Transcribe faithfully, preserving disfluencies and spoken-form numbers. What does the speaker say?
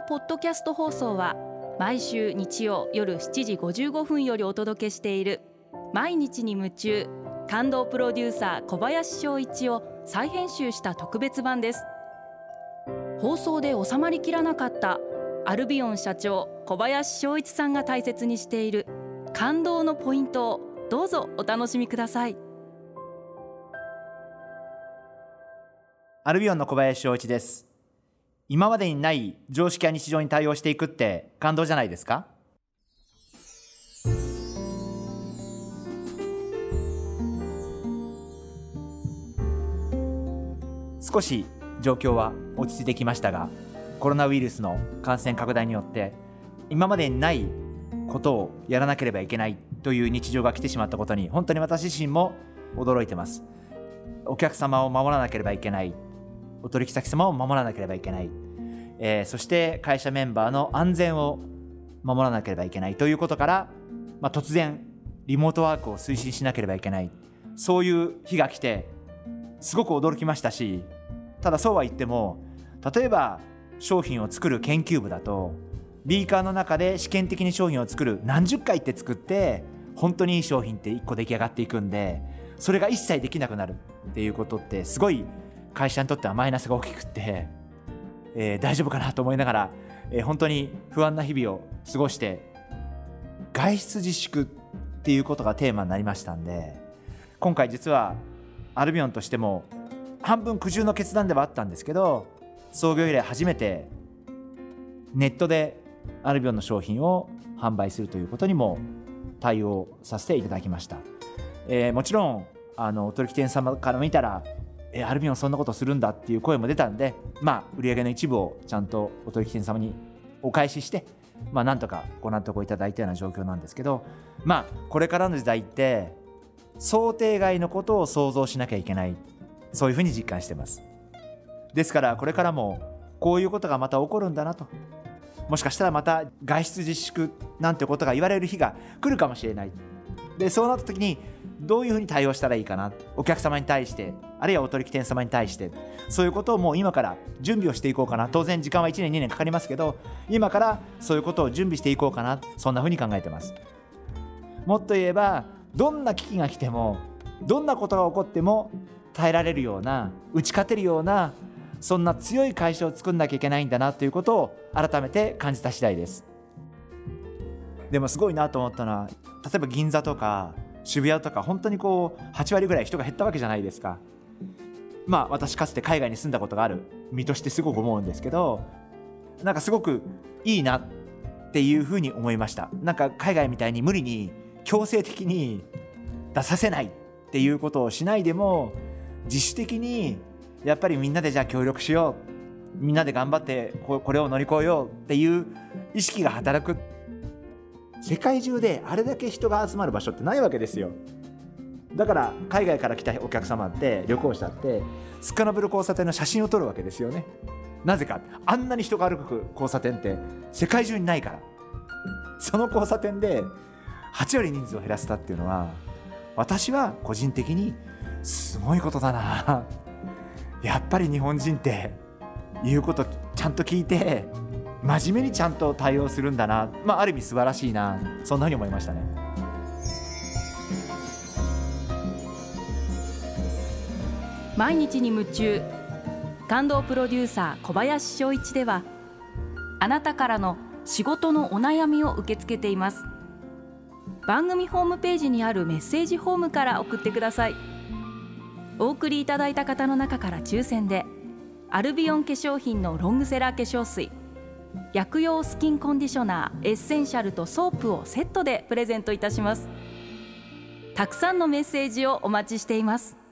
ポッドキャスト放送は毎週日曜夜しちじごじゅうごふんよりお届けしている毎日に夢中感動プロデューサー小林翔一を再編集した特別版です。放送で収まりきらなかったアルビオン社長小林翔一さんが大切にしている感動のポイントをどうぞお楽しみください。 アルビオンの小林翔一です。今までにない常識や日常に対応していくって感動じゃないですか？少し状況は落ち着いてきましたが、コロナウイルスの感染拡大によって今までにないことをやらなければいけないという日常が来てしまったことに本当に私自身も驚いてます。お客様を守らなければいけない、お取引先様を守らなければいけない、えー、そして会社メンバーの安全を守らなければいけないということから、まあ、突然リモートワークを推進しなければいけない、そういう日が来てすごく驚きましたし、ただそうは言っても、例えば商品を作る研究部だとビーカーの中で試験的に商品を作る何十回って作って本当にいい商品っていっこ出来上がっていくんで、それが一切できなくなるっていうことってすごい会社にとってはマイナスが大きくって、えー、大丈夫かなと思いながら、えー、本当に不安な日々を過ごして、外出自粛っていうことがテーマになりましたんで、今回実はアルビオンとしても半分苦渋の決断ではあったんですけど、創業以来初めてネットでアルビオンの商品を販売するということにも対応させていただきました。えー、もちろんあのお取引店様から見たら、えー、アルビオンそんなことするんだっていう声も出たんで、まあ、売上の一部をちゃんとお取引店様にお返しして、まあ、なんとかご納得をいただいたような状況なんですけど、まあ、これからの時代って想定外のことを想像しなきゃいけない、そういうふうに実感してます。ですからこれからもこういうことがまた起こるんだなと、もしかしたらまた外出自粛なんてことが言われる日が来るかもしれない。でそうなった時にどういうふうに対応したらいいかな、お客様に対して、あるいはお取引店様に対して、そういうことをもう今から準備をしていこうかな。当然時間はいちねんにねんかかりますけど、今からそういうことを準備していこうかな、そんなふうに考えてます。もっと言えば、どんな危機が来ても、どんなことが起こっても耐えられるような、打ち勝てるような、そんな強い会社を作んなきゃいけないんだなということを改めて感じた次第です。でもすごいなと思ったのは、例えば銀座とか渋谷とか、本当にこうはちわりぐらい人が減ったわけじゃないですか。まあ私かつて海外に住んだことがある身としてすごく思うんですけど、なんかすごくいいなっていうふうに思いました。なんか海外みたいに無理に強制的に出させないっていうことをしないでも、自主的にやっぱりみんなでじゃあ協力しよう、みんなで頑張ってこれを乗り越えようっていう意識が働く。世界中であれだけ人が集まる場所ってないわけですよ。だから海外から来たお客様って旅行者ってスカランブル交差点の写真を撮るわけですよね。なぜか、あんなに人が歩く交差点って世界中にないから。その交差点ではちわり人数を減らせたっていうのは、私は個人的にすごいことだな。やっぱり日本人って言うことちゃんと聞いて真面目にちゃんと対応するんだな、まあ、ある意味素晴らしいな、そんなふうに思いましたね。 毎日に夢中感動プロデューサー小林翔一では、あなたからの仕事のお悩みを受け付けています。番組ホームページにあるメッセージフォームから送ってください。お送りいただいた方の中から抽選でアルビオン化粧品のロングセラー化粧水、薬用スキンコンディショナーエッセンシャルとソープをセットでプレゼントいたします。たくさんのメッセージをお待ちしています。